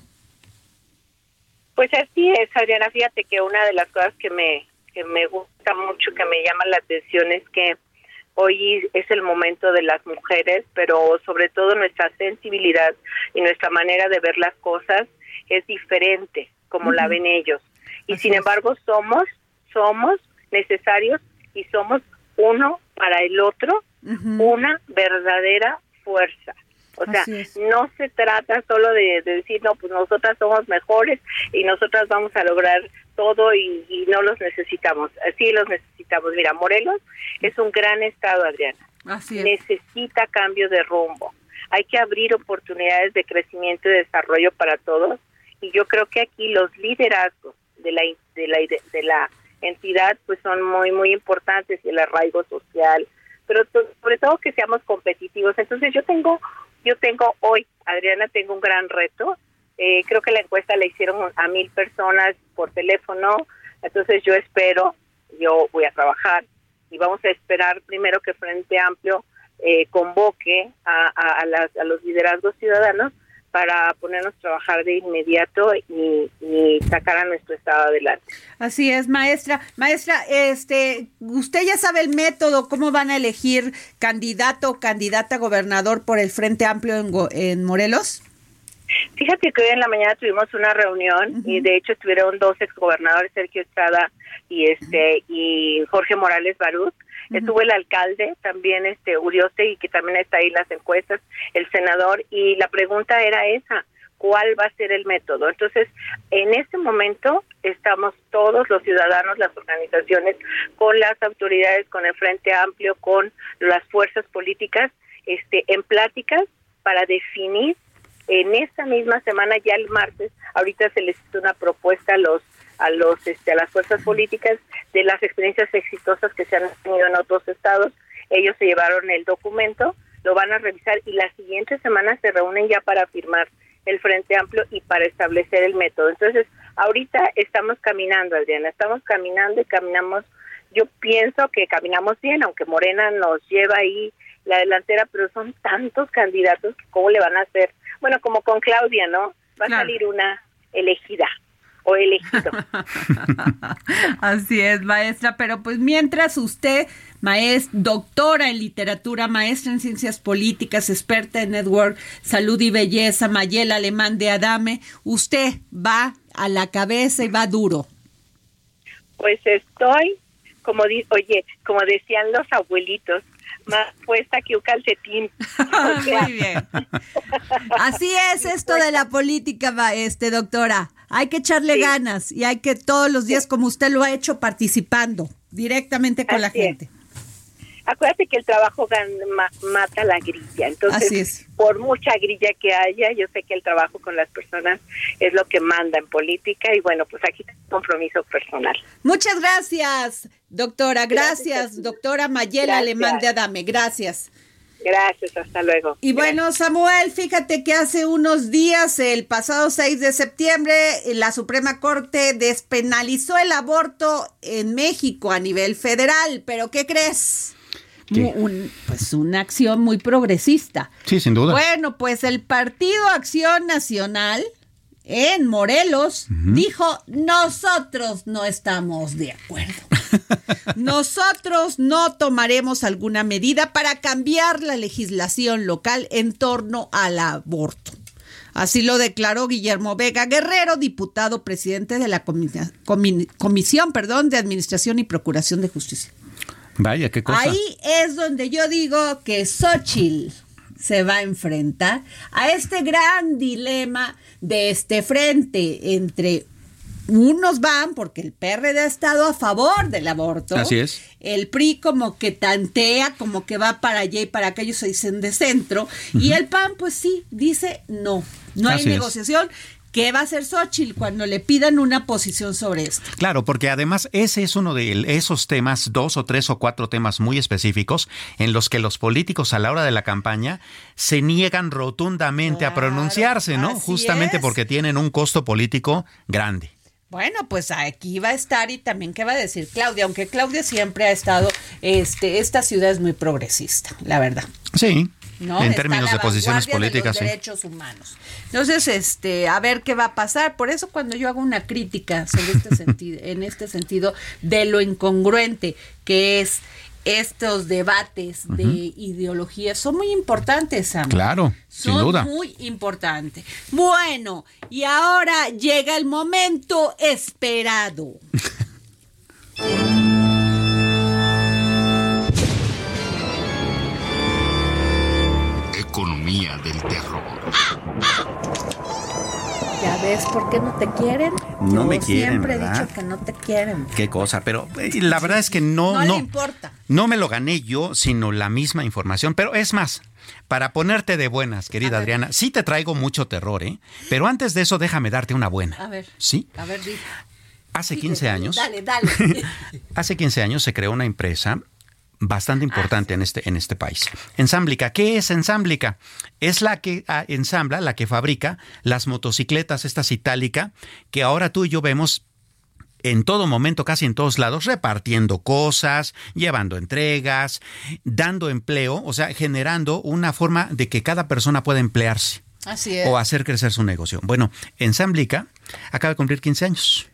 K: Pues así es, Adriana. Fíjate que una de las cosas que me que me gusta mucho, que me llama la atención es que hoy es el momento de las mujeres, pero sobre todo nuestra sensibilidad y nuestra manera de ver las cosas es diferente, como uh-huh. la ven ellos. Y así sin es. embargo somos, somos necesarios y somos uno para el otro, uh-huh. una verdadera fuerza. O sea, no se trata solo de, de decir, no, pues nosotras somos mejores y nosotras vamos a lograr todo y, y no los necesitamos. Sí los necesitamos. Mira, Morelos es un gran estado, Adriana.
D: Así es.
K: Necesita cambio de rumbo. Hay que abrir oportunidades de crecimiento y desarrollo para todos. Y yo creo que aquí los liderazgos de la de la de la entidad pues son muy muy importantes, y el arraigo social, pero to, sobre todo que seamos competitivos. Entonces yo tengo yo tengo hoy, Adriana, tengo un gran reto. Eh, creo que la encuesta la hicieron a mil personas por teléfono. Entonces yo espero, yo voy a trabajar y vamos a esperar primero que Frente Amplio eh, convoque a, a, a, las, a los liderazgos ciudadanos para ponernos a trabajar de inmediato y, y sacar a nuestro estado adelante.
D: Así es, maestra. Maestra, este, usted ya sabe el método, cómo van a elegir candidato o candidata a gobernador por el Frente Amplio en, en Morelos.
K: Fíjate que hoy en la mañana tuvimos una reunión, uh-huh, y de hecho estuvieron dos exgobernadores, Sergio Estrada y este uh-huh. y Jorge Morales Barut. Uh-huh. Estuvo el alcalde también, este Uriostegui, que también está ahí en las encuestas, el senador, y la pregunta era esa: ¿cuál va a ser el método? Entonces, en este momento estamos todos los ciudadanos, las organizaciones, con las autoridades, con el Frente Amplio, con las fuerzas políticas, este, en pláticas para definir en esta misma semana, ya el martes. Ahorita se les hizo una propuesta a los a los este a las fuerzas políticas de las experiencias exitosas que se han tenido en otros estados. Ellos se llevaron el documento, lo van a revisar y la siguiente semana se reúnen ya para firmar el Frente Amplio y para establecer el método. Entonces, ahorita estamos caminando, Adriana, estamos caminando y caminamos. Yo pienso que caminamos bien, aunque Morena nos lleva ahí la delantera, pero son tantos candidatos que cómo le van a hacer. Bueno, como con Claudia, ¿no? Va claro. a salir una elegida o elegido.
D: Así es, maestra, pero pues mientras usted, maestra, doctora en literatura, maestra en ciencias políticas, experta en network, salud y belleza, Mayela Alemán de Adame, usted va a la cabeza y va duro.
K: Pues estoy, como di- oye, como decían los abuelitos, más puesta que un calcetín.
D: O sea. Muy bien. Así es esto de la política, este doctora. Hay que echarle sí. ganas y hay que todos los días, como usted lo ha hecho, participando directamente con Así la gente.
K: Es. Acuérdate que el trabajo gan- ma- mata la grilla. Entonces,
D: Así es.
K: por mucha grilla que haya, yo sé que el trabajo con las personas es lo que manda en política y bueno, pues aquí tengo un compromiso personal.
D: Muchas gracias, doctora. Gracias, gracias doctora Mayela gracias. Alemán de Adame. Gracias.
K: Gracias, hasta luego.
D: Y
K: Gracias.
D: Bueno, Samuel, fíjate que hace unos días, el pasado seis de septiembre, la Suprema Corte despenalizó el aborto en México a nivel federal. ¿Pero qué crees? Un, pues una acción muy progresista.
F: Sí, sin duda.
D: Bueno, pues el Partido Acción Nacional en Morelos uh-huh. dijo: nosotros no estamos de acuerdo. Nosotros no tomaremos alguna medida para cambiar la legislación local en torno al aborto. Así lo declaró Guillermo Vega Guerrero, diputado presidente de la comi- comi- Comisión perdón, de Administración y Procuración de Justicia.
F: Vaya, qué cosa.
D: Ahí es donde yo digo que Xóchitl se va a enfrentar a este gran dilema de este frente entre unos van porque el P R D ha estado a favor del aborto.
F: Así es.
D: El P R I como que tantea, como que va para allá y para acá, ellos se dicen de centro. Uh-huh. Y el P A N, pues sí, dice no, no hay Así negociación. Es. ¿Qué va a hacer Xóchitl cuando le pidan una posición sobre esto?
F: Claro, porque además ese es uno de esos temas, dos o tres o cuatro temas muy específicos en los que los políticos a la hora de la campaña se niegan rotundamente claro, a pronunciarse, ¿no? Justamente es. Porque tienen un costo político grande.
D: Bueno, pues aquí va a estar y también qué va a decir Claudia, aunque Claudia siempre ha estado, este, esta ciudad es muy progresista, la verdad.
F: Sí.
D: ¿No?
F: En
D: Está
F: términos de posiciones políticas,
D: de los derechos sí. humanos. Entonces, este, a ver qué va a pasar. Por eso cuando yo hago una crítica sobre este sentido, en este sentido de lo incongruente que es estos debates uh-huh. de ideología, son muy importantes, Sam.
F: Claro,
D: son
F: sin duda.
D: Son muy importantes. Bueno, y ahora llega el momento esperado.
L: Economía del
D: ¿Ves por qué no te quieren?
F: No
D: Yo
F: me quieren,
D: siempre
F: ¿verdad?
D: he dicho que no te quieren.
F: Qué cosa, pero eh, la verdad es que no,
D: No
F: no,
D: le importa.
F: no me lo gané yo, sino la misma información. Pero es más, para ponerte de buenas, querida Adriana, sí te traigo mucho terror, ¿eh? Pero antes de eso, déjame darte una buena.
D: A ver.
F: ¿Sí?
D: A ver, di.
F: Hace quince años,
D: Dale, dale.
F: hace quince años se creó una empresa bastante importante en este en este país. Ensamblica. ¿Qué es Ensamblica? Es la que ah, ensambla, la que fabrica las motocicletas, estas Itálica, que ahora tú y yo vemos en todo momento, casi en todos lados, repartiendo cosas, llevando entregas, dando empleo, o sea, generando una forma de que cada persona pueda emplearse.
D: Así es.
F: O hacer crecer su negocio. Bueno, Ensamblica acaba de cumplir quince años.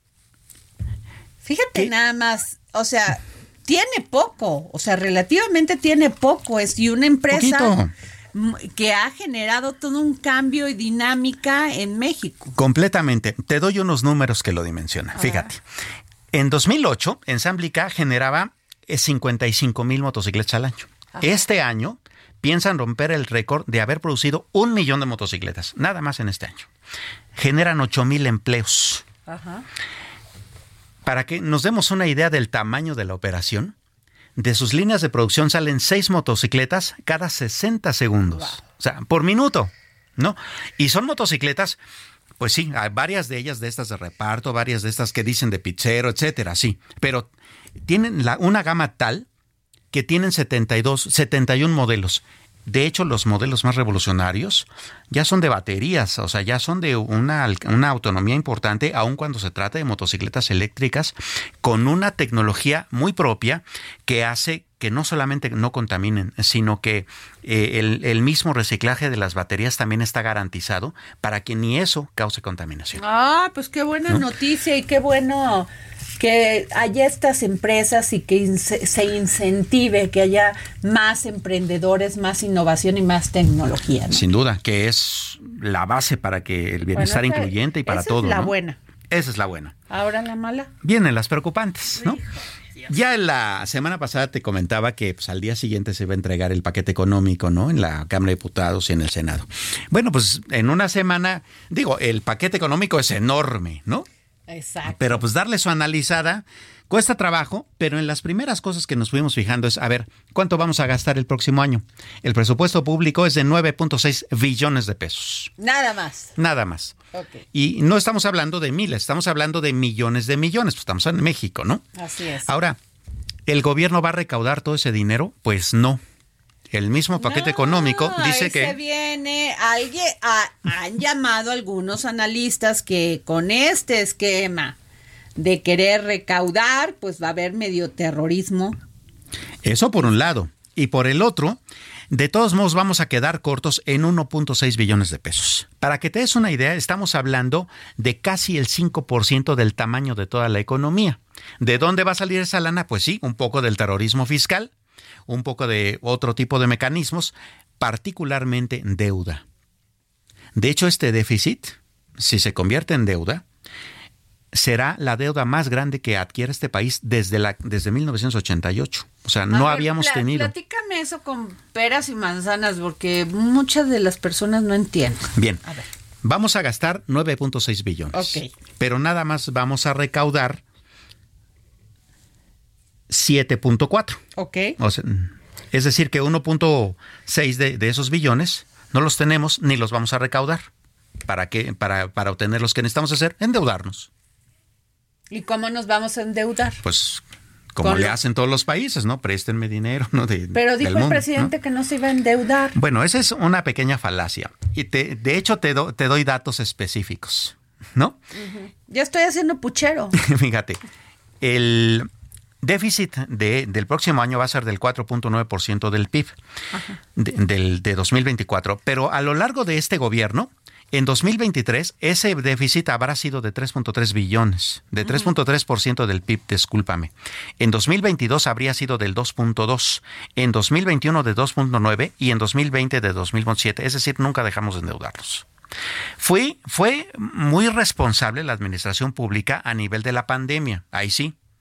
D: Fíjate
F: ¿Qué?
D: nada más, o sea, tiene poco, o sea, relativamente tiene poco, es y una empresa
F: Poquito.
D: m- que ha generado todo un cambio y dinámica en México.
F: Completamente. Te doy unos números que lo dimensionan. Fíjate. En dos mil ocho, Ensamblica generaba eh, cincuenta y cinco mil motocicletas al año. Este año piensan romper el récord de haber producido un millón de motocicletas, nada más en este año. Generan ocho mil empleos.
D: Ajá.
F: Para que nos demos una idea del tamaño de la operación, de sus líneas de producción salen seis motocicletas cada sesenta segundos. Wow. O sea, por minuto, ¿no? Y son motocicletas, pues sí, hay varias de ellas de estas de reparto, varias de estas que dicen de pizzero, etcétera, sí. Pero tienen la, una gama tal que tienen setenta y dos, setenta y uno modelos. De hecho, los modelos más revolucionarios ya son de baterías, o sea, ya son de una, una autonomía importante, aun cuando se trata de motocicletas eléctricas, con una tecnología muy propia que hace que no solamente no contaminen, sino que eh, el, el mismo reciclaje de las baterías también está garantizado para que ni eso cause contaminación.
D: Ah, pues qué buena ¿no? noticia y qué bueno que haya estas empresas y que in- se incentive, que haya más emprendedores, más innovación y más tecnología, ¿no?
F: Sin duda, que es la base para que el bienestar bueno, incluyente y para
D: esa
F: todo.
D: Esa es la
F: ¿no?
D: buena.
F: Esa es la buena.
D: Ahora la mala.
F: Vienen las preocupantes, ¿no? Ya la semana pasada te comentaba que pues, al día siguiente se iba a entregar el paquete económico, ¿no? En la Cámara de Diputados y en el Senado. Bueno, pues en una semana, digo, el paquete económico es enorme, ¿no?
D: Exacto.
F: Pero pues darle su analizada cuesta trabajo, pero en las primeras cosas que nos fuimos fijando es, a ver, ¿cuánto vamos a gastar el próximo año? El presupuesto público es de nueve punto seis billones de pesos.
D: Nada más.
F: Nada más.
D: Okay.
F: Y no estamos hablando de miles, estamos hablando de millones de millones, pues estamos en México, ¿no?
D: Así es.
F: Ahora, ¿el gobierno va a recaudar todo ese dinero? Pues no. El mismo paquete
D: no,
F: económico dice
D: ahí
F: que...
D: se viene, alguien, a, han llamado algunos analistas que con este esquema de querer recaudar, pues va a haber medio terrorismo.
F: Eso por un lado. Y por el otro, de todos modos vamos a quedar cortos en uno punto seis billones de pesos. Para que te des una idea, estamos hablando de casi el cinco por ciento del tamaño de toda la economía. ¿De dónde va a salir esa lana? Pues sí, un poco del terrorismo fiscal, un poco de otro tipo de mecanismos, particularmente deuda. De hecho, este déficit, si se convierte en deuda, será la deuda más grande que adquiere este país desde la desde mil novecientos ochenta y ocho. O sea, no
D: ver,
F: habíamos
D: pla-
F: tenido.
D: Platícame eso con peras y manzanas, porque muchas de las personas no entienden.
F: Bien,
D: a ver.
F: Vamos a gastar nueve punto seis billones.
D: Ok.
F: Pero nada más vamos a recaudar siete punto cuatro.
D: Ok.
F: O sea, es decir, que uno punto seis de, de esos billones no los tenemos ni los vamos a recaudar. ¿Para qué? Para, para obtener los que necesitamos hacer, endeudarnos.
D: ¿Y cómo nos vamos a endeudar?
F: Pues como
D: Con
F: le
D: lo...
F: hacen todos los países, ¿no? Préstenme dinero, ¿no? De,
D: Pero dijo
F: del mundo,
D: el presidente, ¿no?, que no se iba a endeudar.
F: Bueno, esa es una pequeña falacia. Y te, de hecho te, do, te doy datos específicos, ¿no?
D: Uh-huh. Ya estoy haciendo puchero.
F: Fíjate, el déficit de, del próximo año va a ser del cuatro punto nueve por ciento del P I B de, del, de dos mil veinticuatro. Pero a lo largo de este gobierno, en dos mil veintitrés, ese déficit habrá sido de tres punto tres billones, de tres punto tres por ciento del P I B, discúlpame. En dos mil veintidós habría sido del dos punto dos, en dos mil veintiuno de dos punto nueve y en dos mil veinte de dos mil siete. Es decir, nunca dejamos de endeudarnos. Fue, fue muy responsable la administración pública a nivel de la pandemia, ahí sí.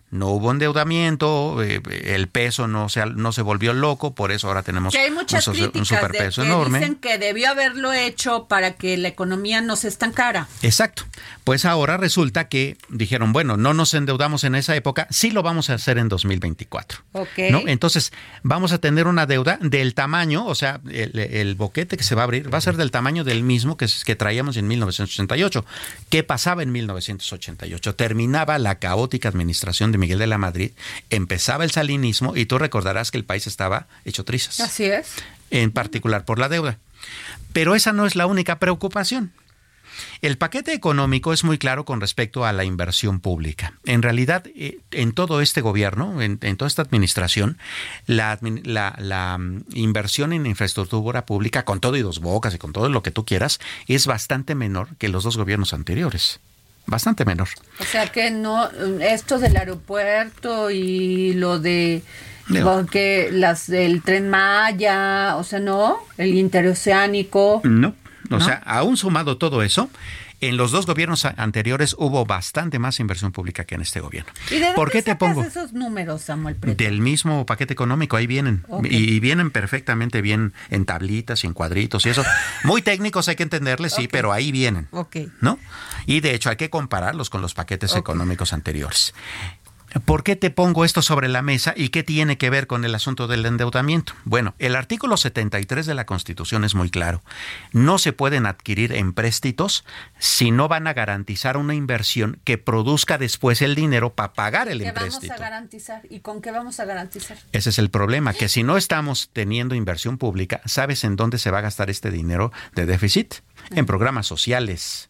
F: no hubo endeudamiento, eh, el peso no se, no se volvió loco, por eso ahora tenemos
D: que hay muchas
F: un,
D: críticas
F: un superpeso
D: de que
F: enorme.
D: Dicen que debió haberlo hecho para que la economía no se estancara.
F: Exacto. Pues ahora resulta que dijeron, bueno, no nos endeudamos en esa época, sí lo vamos a hacer en dos mil veinticuatro.
D: Okay.
F: ¿No? Entonces, vamos a tener una deuda del tamaño, o sea, el, el boquete que se va a abrir va a ser del tamaño del mismo que, que traíamos en mil novecientos ochenta y ocho. ¿Qué pasaba en mil novecientos ochenta y ocho? Terminaba la caótica administración de Miguel de la Madrid, empezaba el salinismo y tú recordarás que el país estaba hecho trizas.
D: Así es.
F: En particular por la deuda. Pero esa no es la única preocupación. El paquete económico es muy claro con respecto a la inversión pública. En realidad, eh, en todo este gobierno, en, en toda esta administración, la, la, la inversión en infraestructura pública, con todo y dos bocas y con todo lo que tú quieras, es bastante menor que los dos gobiernos anteriores. Bastante menor.
D: O sea que no, esto del aeropuerto y lo de no. que las el Tren Maya, o sea, no, el interoceánico.
F: No, o
D: ¿no?
F: sea, aún sumado todo eso, en los dos gobiernos anteriores hubo bastante más inversión pública que en este gobierno.
D: ¿Y de dónde
F: ¿Por qué te
D: sacas
F: pongo?
D: esos números, Samuel Prieto?
F: Del mismo paquete económico, ahí vienen.
D: Okay.
F: Y vienen perfectamente bien en tablitas y en cuadritos y eso. Muy técnicos, hay que entenderles, sí, okay. Pero ahí vienen.
D: Okay.
F: ¿No? Y de hecho hay que compararlos con los paquetes
D: okay.
F: económicos anteriores. ¿Por qué te pongo esto sobre la mesa y qué tiene que ver con el asunto del endeudamiento? Bueno, el artículo setenta y tres de la Constitución es muy claro. No se pueden adquirir empréstitos si no van a garantizar una inversión que produzca después el dinero para pagar el
D: ¿Qué
F: empréstito.
D: vamos a garantizar? ¿Y con qué vamos a garantizar?
F: Ese es el problema, que si no estamos teniendo inversión pública, ¿sabes en dónde se va a gastar este dinero de déficit? En programas sociales.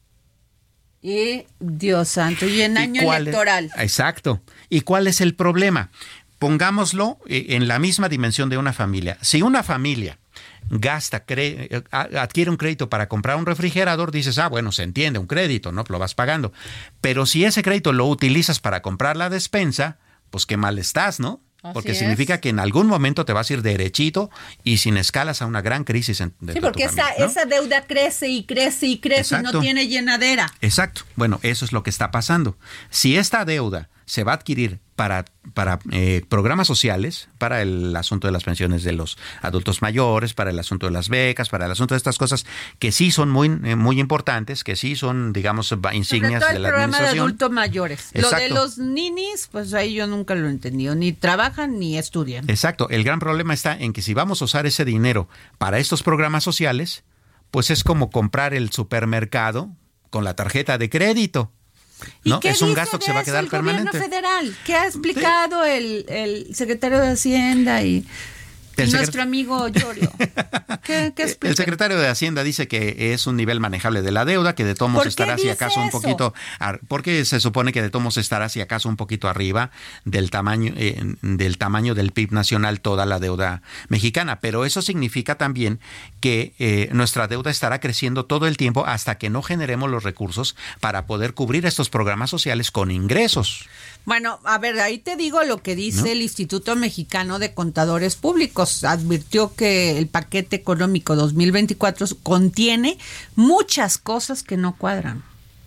D: Y, Dios santo, y en año electoral.
F: Es, exacto. ¿Y cuál es el problema? Pongámoslo en la misma dimensión de una familia. Si una familia gasta, cre- adquiere un crédito para comprar un refrigerador, dices, ah, bueno, se entiende, un crédito, ¿no? Lo vas pagando. Pero si ese crédito lo utilizas para comprar la despensa, pues qué mal estás, ¿no? Porque
D: Así
F: significa
D: es.
F: que en algún momento te vas a ir derechito y sin escalas a una gran crisis. En,
D: sí, porque esa, familia, ¿no? esa deuda crece y crece y crece. Exacto. Y no tiene llenadera.
F: Exacto. Bueno, eso es lo que está pasando. Si esta deuda se va a adquirir para, para eh, programas sociales, para el asunto de las pensiones de los adultos mayores, para el asunto de las becas, para el asunto de estas cosas que sí son muy, eh, muy importantes, que sí son, digamos, insignias de la administración.
D: El programa de adultos mayores.
F: Exacto.
D: Lo de los ninis, pues ahí yo nunca lo he entendido. Ni trabajan ni estudian.
F: Exacto. El gran problema está en que si vamos a usar ese dinero para estos programas sociales, pues es como comprar el supermercado con la tarjeta de crédito.
D: ¿Y
F: ¿no?
D: qué
F: Es un
D: dice
F: gasto que
D: de
F: se va a
D: eso
F: quedar
D: el
F: permanente.
D: Gobierno federal? ¿Qué ha explicado sí. el, el secretario de Hacienda y, y secret... nuestro amigo Llorio? ¿Qué, qué explica?
F: El secretario de Hacienda dice que es un nivel manejable de la deuda, que de todos modos estará si acaso un poquito, porque se supone que de todos modos estará si acaso un poquito arriba del tamaño eh, del tamaño del P I B nacional toda la deuda mexicana, pero eso significa también que eh, nuestra deuda estará creciendo todo el tiempo hasta que no generemos los recursos para poder cubrir estos programas sociales con ingresos.
D: Bueno, a ver, ahí te digo lo que dice ¿no? el Instituto Mexicano de Contadores Públicos. Advirtió que el paquete económico dos mil veinticuatro contiene muchas cosas que no cuadran.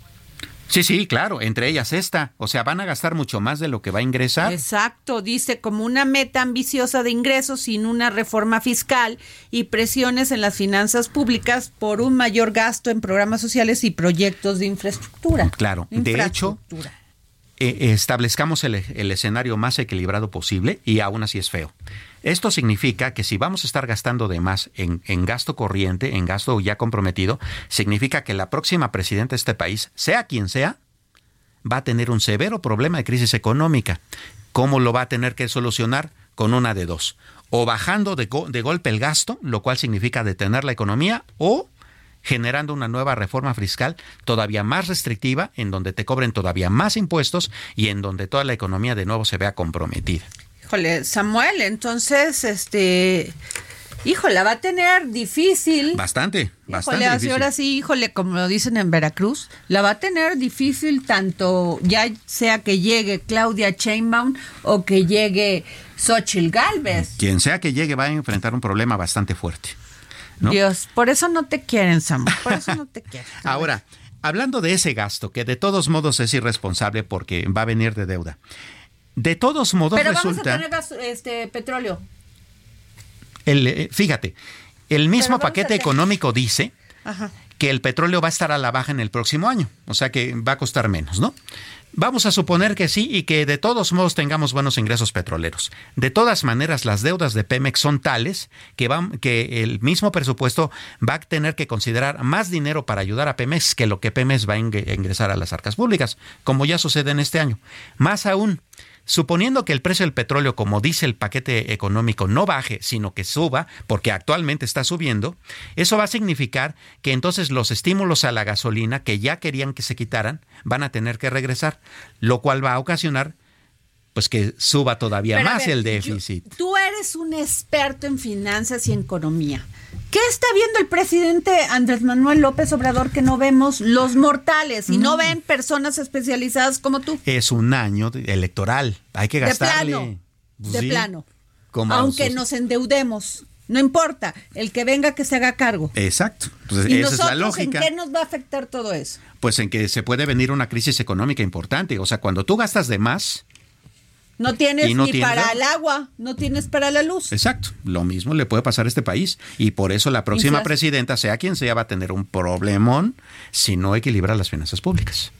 F: Sí, sí, claro, entre ellas esta. O sea, van a gastar mucho más de lo que va a ingresar.
D: Exacto, dice como una meta ambiciosa de ingresos sin una reforma fiscal y presiones en las finanzas públicas por un mayor gasto en programas sociales y proyectos de infraestructura.
F: Claro, de hecho, eh, establezcamos el, el escenario más equilibrado posible y aún así es feo. Esto significa que si vamos a estar gastando de más en, en gasto corriente, en gasto ya comprometido, significa que la próxima presidenta de este país, sea quien sea, va a tener un severo problema de crisis económica. ¿Cómo lo va a tener que solucionar? Con una de dos. O bajando de, go- de golpe el gasto, lo cual significa detener la economía, o generando una nueva reforma fiscal todavía más restrictiva, en donde te cobren todavía más impuestos y en donde toda la economía de nuevo se vea comprometida.
D: Híjole, Samuel, entonces, este, híjole, va a tener difícil.
F: Bastante, bastante
D: híjole,
F: difícil.
D: Ahora sí, híjole, como lo dicen en Veracruz, la va a tener difícil tanto, ya sea que llegue Claudia Sheinbaum o que llegue Xóchitl Gálvez.
F: Quien sea que llegue va a enfrentar un problema bastante fuerte, ¿no?
D: Dios, por eso no te quieren, Samuel, por eso no te quieren.
F: Ahora, hablando de ese gasto, que de todos modos es irresponsable porque va a venir de deuda, De todos modos
D: Pero
F: resulta...
D: Pero vamos a tener gas, este, petróleo.
F: El, eh, fíjate, el mismo paquete económico dice
D: Ajá.
F: que el petróleo va a estar a la baja en el próximo año, o sea que va a costar menos, ¿no? Vamos a suponer que sí y que de todos modos tengamos buenos ingresos petroleros. De todas maneras, las deudas de Pemex son tales que, van, que el mismo presupuesto va a tener que considerar más dinero para ayudar a Pemex que lo que Pemex va a ingresar a las arcas públicas, como ya sucede en este año. Más aún, suponiendo que el precio del petróleo, como dice el paquete económico, no baje, sino que suba, porque actualmente está subiendo, eso va a significar que entonces los estímulos a la gasolina que ya querían que se quitaran van a tener que regresar, lo cual va a ocasionar pues que suba todavía
D: Pero,
F: más
D: a ver,
F: el déficit.
D: Yo, tú eres un experto en finanzas y en economía. ¿Qué está viendo el presidente Andrés Manuel López Obrador que no vemos los mortales y no, no ven personas especializadas como tú?
F: Es un año electoral, hay que gastarle.
D: De plano,
F: pues
D: de
F: sí,
D: plano.
F: Aunque
D: sus... nos endeudemos, no importa, el que venga que se haga cargo.
F: Exacto, pues
D: ¿Y
F: esa es la lógica.
D: ¿En qué nos va a afectar todo eso?
F: Pues en que se puede venir una crisis económica importante, o sea, cuando tú gastas de más...
D: No tienes
F: no
D: ni
F: tienes
D: para
F: agua.
D: el agua, no tienes para la luz.
F: Exacto, lo mismo le puede pasar a este país y por eso la próxima
D: Inflación.
F: presidenta, sea quien sea, va a tener un problemón si no equilibra las finanzas públicas.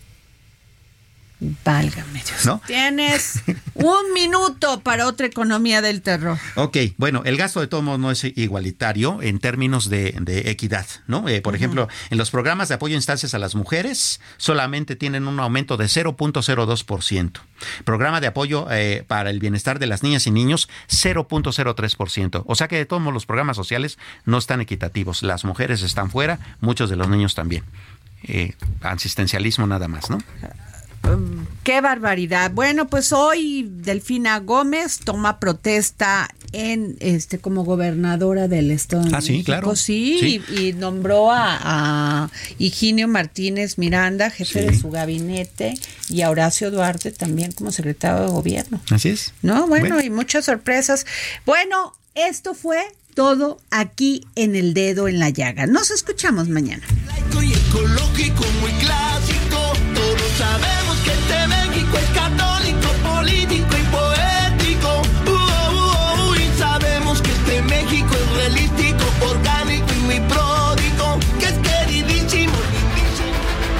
D: Válgame Dios.
F: ¿No?
D: Tienes un minuto para otra economía del terror.
F: Ok, bueno, el gasto de todos modos no es igualitario en términos de, de equidad, ¿no? Eh, por uh-huh. ejemplo, en los programas de apoyo a instancias a las mujeres solamente tienen un aumento de cero punto cero dos por ciento. Programa de apoyo eh, para el bienestar de las niñas y niños, cero punto cero tres por ciento. O sea que de todos modos los programas sociales no están equitativos. Las mujeres están fuera, muchos de los niños también. Eh, asistencialismo nada más, ¿no?
D: Um, qué barbaridad. Bueno, pues hoy Delfina Gómez toma protesta en este como gobernadora del estado de
F: ah, sí,
D: México.
F: Claro.
D: Sí,
F: sí.
D: Y, y nombró a, a Higinio Martínez Miranda, jefe sí. de su gabinete, y a Horacio Duarte también como secretario de gobierno.
F: Así es.
D: No, bueno,
F: bueno.
D: y muchas sorpresas. Bueno, esto fue todo aquí en El Dedo en la Llaga. Nos escuchamos mañana.
C: Laico y ecológico, muy clásico. Todos sabemos que este México es católico, político y poético. Uh, uh, uh, y sabemos que este México es realístico, orgánico y muy pródigo. Que es queridísimo, lindísimo.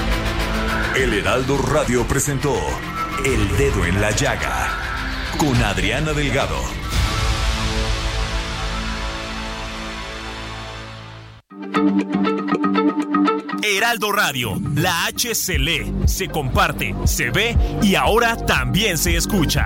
B: El Heraldo Radio presentó El Dedo en la Llaga con Adriana Delgado.
I: Heraldo Radio, la H se lee, se comparte, se ve y ahora también se escucha.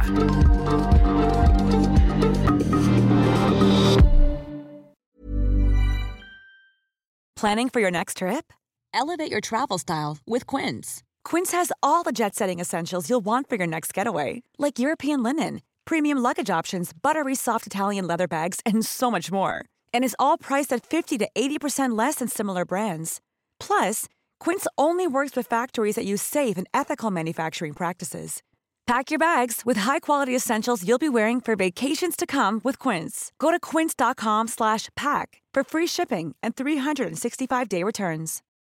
L: Planning for your next trip? Elevate your travel style with Quince. Quince has all the jet-setting essentials you'll want for your next getaway, like European linen, premium luggage options, buttery soft Italian leather bags, and so much more. And is all priced at fifty to eighty percent less than similar brands. Plus, Quince only works with factories that use safe and ethical manufacturing practices. Pack your bags with high-quality essentials you'll be wearing for vacations to come with Quince. Go to quince.com slash pack for free shipping and three sixty-five day returns.